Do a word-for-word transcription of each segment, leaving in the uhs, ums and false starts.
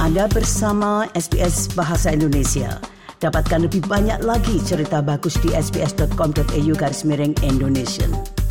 Anda bersama S B S Bahasa Indonesia. Dapatkan lebih banyak lagi cerita bagus di sbs.com.au garis miring Indonesia.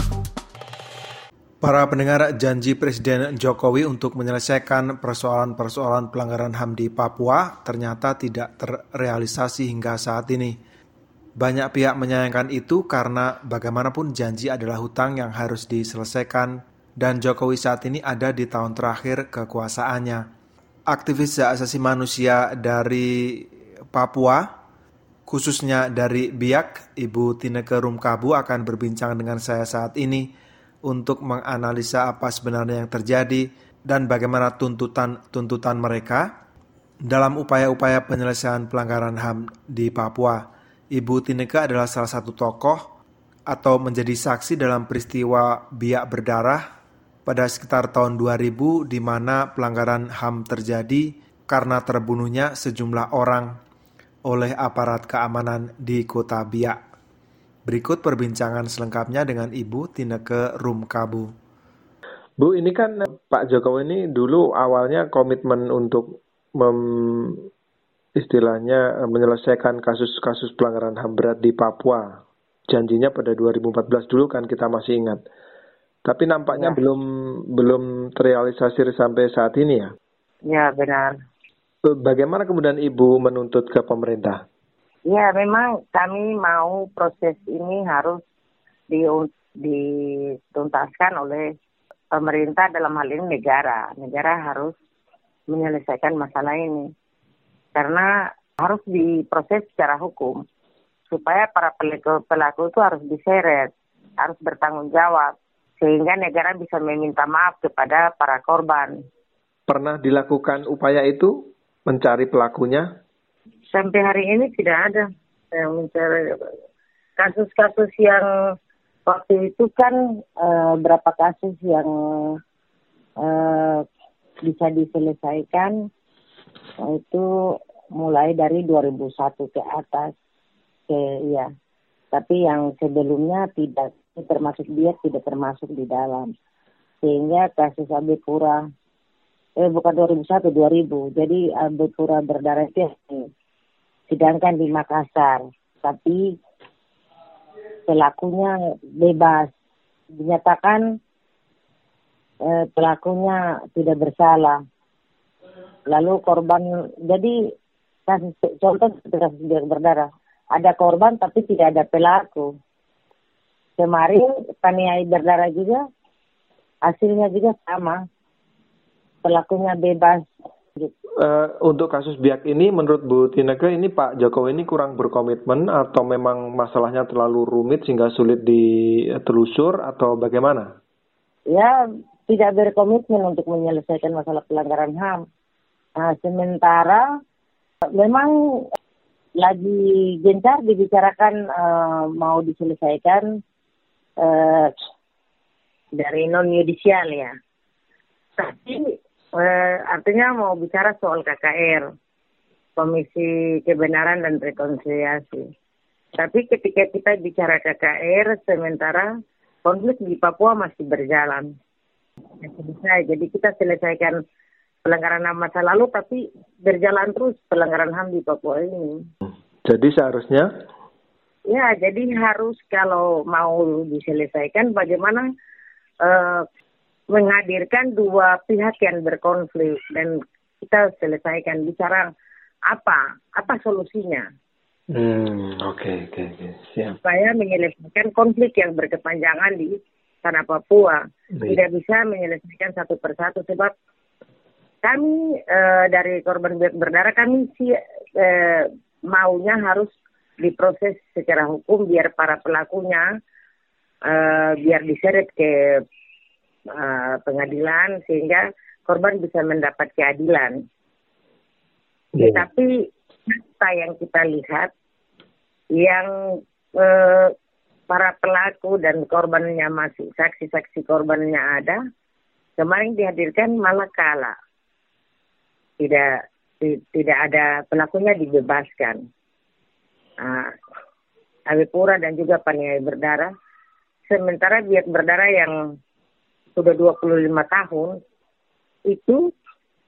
Para pendengar, janji Presiden Jokowi untuk menyelesaikan persoalan-persoalan pelanggaran H A M di Papua ternyata tidak terrealisasi hingga saat ini. Banyak pihak menyayangkan itu karena bagaimanapun janji adalah hutang yang harus diselesaikan dan Jokowi saat ini ada di tahun terakhir kekuasaannya. Aktivis hak asasi manusia dari Papua, khususnya dari Biak, Ibu Tineke Rumkabu akan berbincang dengan saya saat ini untuk menganalisa apa sebenarnya yang terjadi dan bagaimana tuntutan-tuntutan mereka dalam upaya-upaya penyelesaian pelanggaran H A M di Papua. Ibu Tineke adalah salah satu tokoh atau menjadi saksi dalam peristiwa Biak berdarah pada sekitar tahun dua ribu di mana pelanggaran H A M terjadi karena terbunuhnya sejumlah orang oleh aparat keamanan di kota Biak. Berikut perbincangan selengkapnya dengan Ibu Tineke Rumkabu. Bu, ini kan Pak Jokowi ini dulu awalnya komitmen untuk mem, istilahnya menyelesaikan kasus-kasus pelanggaran H A M berat di Papua. Janjinya pada dua ribu empat belas dulu kan, kita masih ingat. Tapi nampaknya ya. belum belum terrealisasi sampai saat ini ya? Ya, benar. Bagaimana kemudian Ibu menuntut ke pemerintah? Ya, memang kami mau proses ini harus di, dituntaskan oleh pemerintah, dalam hal ini negara. Negara harus menyelesaikan masalah ini. Karena harus diproses secara hukum. Supaya para pelaku, pelaku itu harus diseret, harus bertanggung jawab. Sehingga negara bisa meminta maaf kepada para korban. Pernah dilakukan upaya itu, mencari pelakunya? Sampai hari ini tidak ada yang mencari. Kasus-kasus yang waktu itu kan e, berapa kasus yang e, bisa diselesaikan, itu mulai dari dua ribu satu ke atas. Ke, ya. Tapi yang sebelumnya tidak, termasuk dia tidak termasuk di dalam. Sehingga kasus Abe Pura, eh bukan dua ribu satu, dua ribu. Jadi Abe Pura berdarah itu sedangkan di Makassar. Tapi pelakunya bebas. Dinyatakan eh, pelakunya tidak bersalah. Lalu korban, jadi kasus, contoh kasus dia berdarah. Ada korban tapi tidak ada pelaku. Kemarin paniai berdarah juga, hasilnya juga sama. Pelakunya bebas. Uh, untuk kasus Biak ini, menurut Bu Tineke, ini Pak Jokowi ini kurang berkomitmen atau memang masalahnya terlalu rumit sehingga sulit ditelusur atau bagaimana? Ya, tidak berkomitmen untuk menyelesaikan masalah pelanggaran H A M. Nah, sementara memang lagi gencar dibicarakan uh, mau diselesaikan uh, dari non-yudisial ya. Tapi uh, artinya mau bicara soal K K R, Komisi Kebenaran dan Rekonsiliasi. Tapi ketika kita bicara K K R, sementara konflik di Papua masih berjalan. Selesai. Jadi kita selesaikan pelanggaran H A M masa lalu, tapi berjalan terus pelanggaran H A M di Papua ini. Jadi seharusnya? Ya, jadi harus kalau mau diselesaikan bagaimana uh, menghadirkan dua pihak yang berkonflik dan kita selesaikan, bicara apa, apa solusinya. Hmm, oke, okay, oke, okay, okay. Siap. Supaya menyelesaikan konflik yang berkepanjangan di tanah Papua. Baik. Tidak bisa menyelesaikan satu persatu sebab kami uh, dari korban berdarah kami si, uh, maunya harus diproses secara hukum biar para pelakunya uh, biar diseret ke uh, pengadilan sehingga korban bisa mendapat keadilan. Yeah. Tetapi fakta yang kita lihat yang uh, para pelaku dan korbannya masih saksi-saksi korbannya ada, kemarin dihadirkan malah kalah. Tidak tidak ada pelakunya dibebaskan. Nah, Abe Pura dan juga paniai berdarah. Sementara Biak berdarah yang sudah dua puluh lima tahun itu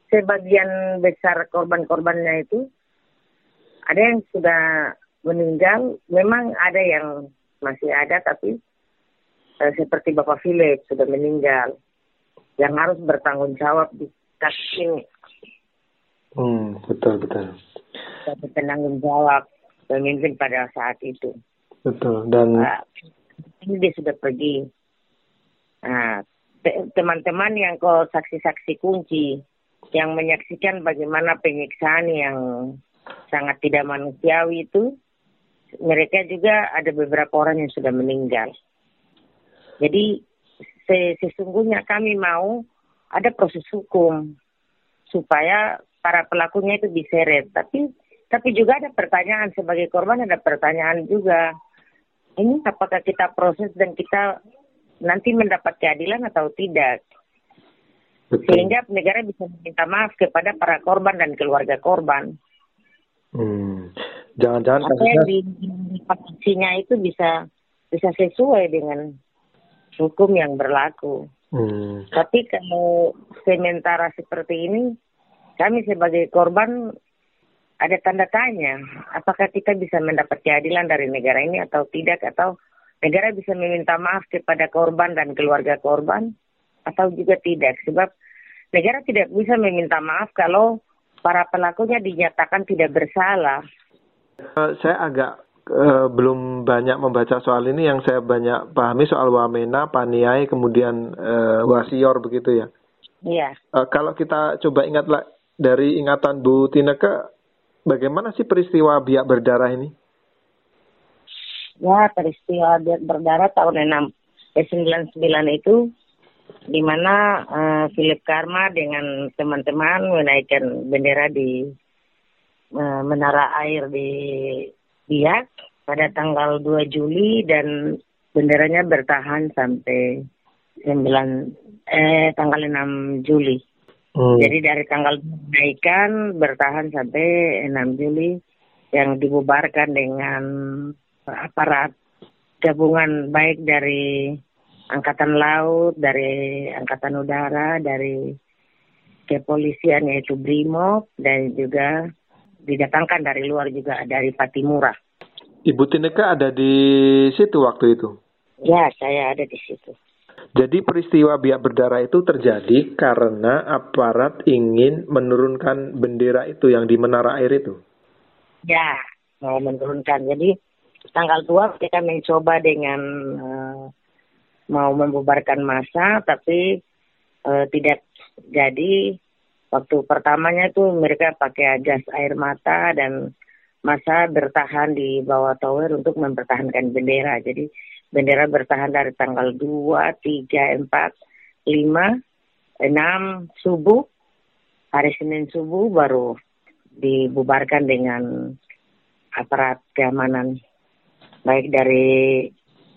sebagian besar korban-korbannya itu ada yang sudah meninggal, memang ada yang masih ada, tapi eh, seperti Bapak Philip sudah meninggal, yang harus bertanggung jawab di kasus ini. Hmm, betul betul. Bertanggung jawab pemimpin pada saat itu. Betul. Dan uh, ini dia sudah pergi. Nah, te- teman-teman yang kok saksi-saksi kunci yang menyaksikan bagaimana penyiksaan yang sangat tidak manusiawi itu, mereka juga ada beberapa orang yang sudah meninggal. Jadi sesungguhnya kami mau ada proses hukum supaya para pelakunya itu diseret. Tapi tapi juga ada pertanyaan sebagai korban, ada pertanyaan juga. Ini apakah kita proses dan kita nanti mendapat keadilan atau tidak? betul. Sehingga negara bisa meminta maaf kepada para korban dan keluarga korban. Hmm. Jangan-jangan Apa yang kasusnya di posisinya itu bisa bisa sesuai dengan hukum yang berlaku. hmm. Tapi kalau sementara seperti ini, kami sebagai korban ada tanda tanya. Apakah kita bisa mendapat keadilan dari negara ini atau tidak? Atau negara bisa meminta maaf kepada korban dan keluarga korban? Atau juga tidak? Sebab negara tidak bisa meminta maaf kalau para pelakunya dinyatakan tidak bersalah. Uh, saya agak uh, belum banyak membaca soal ini. Yang saya banyak pahami soal Wamena, Paniai, kemudian uh, Wasior begitu ya. Iya. Uh, kalau kita coba ingat lah, dari ingatan Bu Tineke, bagaimana sih peristiwa biak berdarah ini? Ya, peristiwa biak berdarah tahun enam sembilan puluh sembilan itu, di mana uh, Philip Karma dengan teman-teman menaikkan bendera di uh, Menara Air di Biak pada tanggal dua Juli dan benderanya bertahan sampai sembilan eh tanggal enam Juli. Hmm. Jadi dari tanggal menaikkan bertahan sampai enam Juli yang dibubarkan dengan aparat gabungan baik dari Angkatan Laut, dari Angkatan Udara, dari kepolisian yaitu Brimob, dan juga didatangkan dari luar juga dari Patimura. Ibu Tineke ada di situ waktu itu? Ya, saya ada di situ. Jadi peristiwa biak berdarah itu terjadi karena aparat ingin menurunkan bendera itu yang di Menara Air itu? Ya, mau menurunkan. Jadi tanggal dua kita mencoba dengan uh, mau membubarkan massa, tapi uh, tidak jadi. Waktu pertamanya itu mereka pakai gas air mata dan massa bertahan di bawah tower untuk mempertahankan bendera. Jadi bendera bertahan dari tanggal dua, tiga, empat, lima, enam subuh, hari Senin subuh baru dibubarkan dengan aparat keamanan baik dari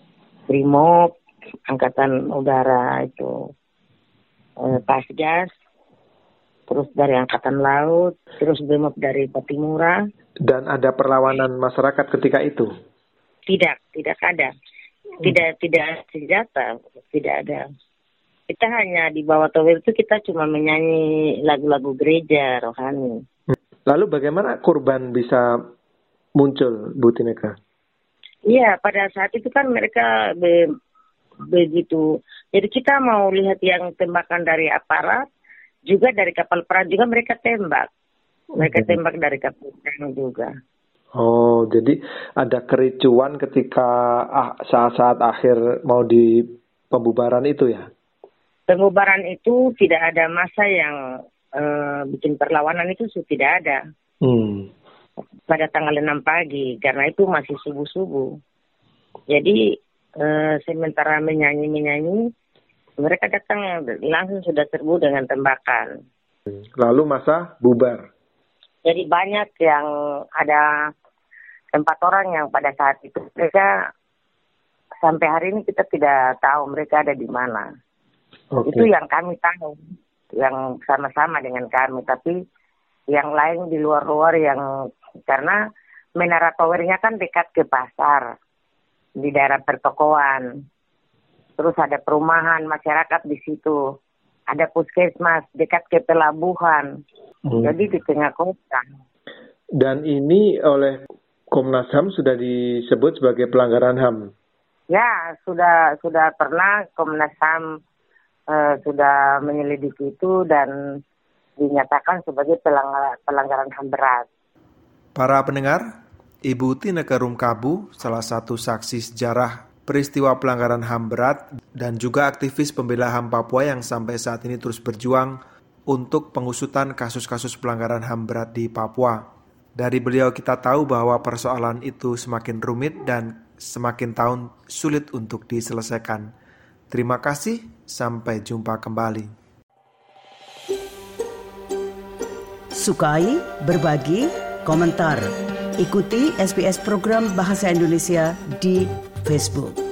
Brimob, Angkatan Udara itu eh, Pasgas, terus dari Angkatan Laut, terus Brimob dari Patimura. Dan ada perlawanan masyarakat ketika itu? Tidak, tidak ada. Tidak tidak senjata, tidak ada. Kita hanya di bawah tower itu kita cuma menyanyi lagu-lagu gereja rohani. Lalu bagaimana korban bisa muncul, Bu Tineke? Iya, pada saat itu kan mereka be, begitu. Jadi kita mau lihat yang tembakan dari aparat, juga dari kapal perang juga mereka tembak. Mereka tembak dari kapal perang juga. Oh, jadi ada kericuan ketika ah, saat-saat akhir mau di pembubaran itu ya? Pembubaran itu tidak ada massa yang uh, bikin perlawanan itu tidak ada. Hmm. Pada tanggal enam pagi, karena itu masih subuh-subuh. Jadi uh, sementara menyanyi-menyanyi, mereka datang langsung sudah serbu dengan tembakan. Lalu massa bubar? Jadi banyak yang ada empat orang yang pada saat itu mereka sampai hari ini kita tidak tahu mereka ada di mana. Okay. Itu yang kami tahu, yang sama-sama dengan kami. Tapi yang lain di luar-luar yang karena Menara Towernya kan dekat ke pasar di daerah pertokoan. Terus ada perumahan masyarakat di situ. ada puskesmas dekat ke pelabuhan. Hmm. Jadi di tengah kota. Dan ini oleh Komnas H A M sudah disebut sebagai pelanggaran H A M? Ya, sudah sudah pernah Komnas H A M uh, sudah menyelidiki itu dan dinyatakan sebagai pelanggar, pelanggaran H A M berat. Para pendengar, Ibu Tineke Rumkabu, salah satu saksi sejarah peristiwa pelanggaran H A M berat dan juga aktivis pembela H A M Papua yang sampai saat ini terus berjuang untuk pengusutan kasus-kasus pelanggaran H A M berat di Papua. Dari beliau kita tahu bahwa persoalan itu semakin rumit dan semakin tahun sulit untuk diselesaikan. Terima kasih, sampai jumpa kembali. Sukai, berbagi, komentar. Ikuti S B S program Bahasa Indonesia di Facebook.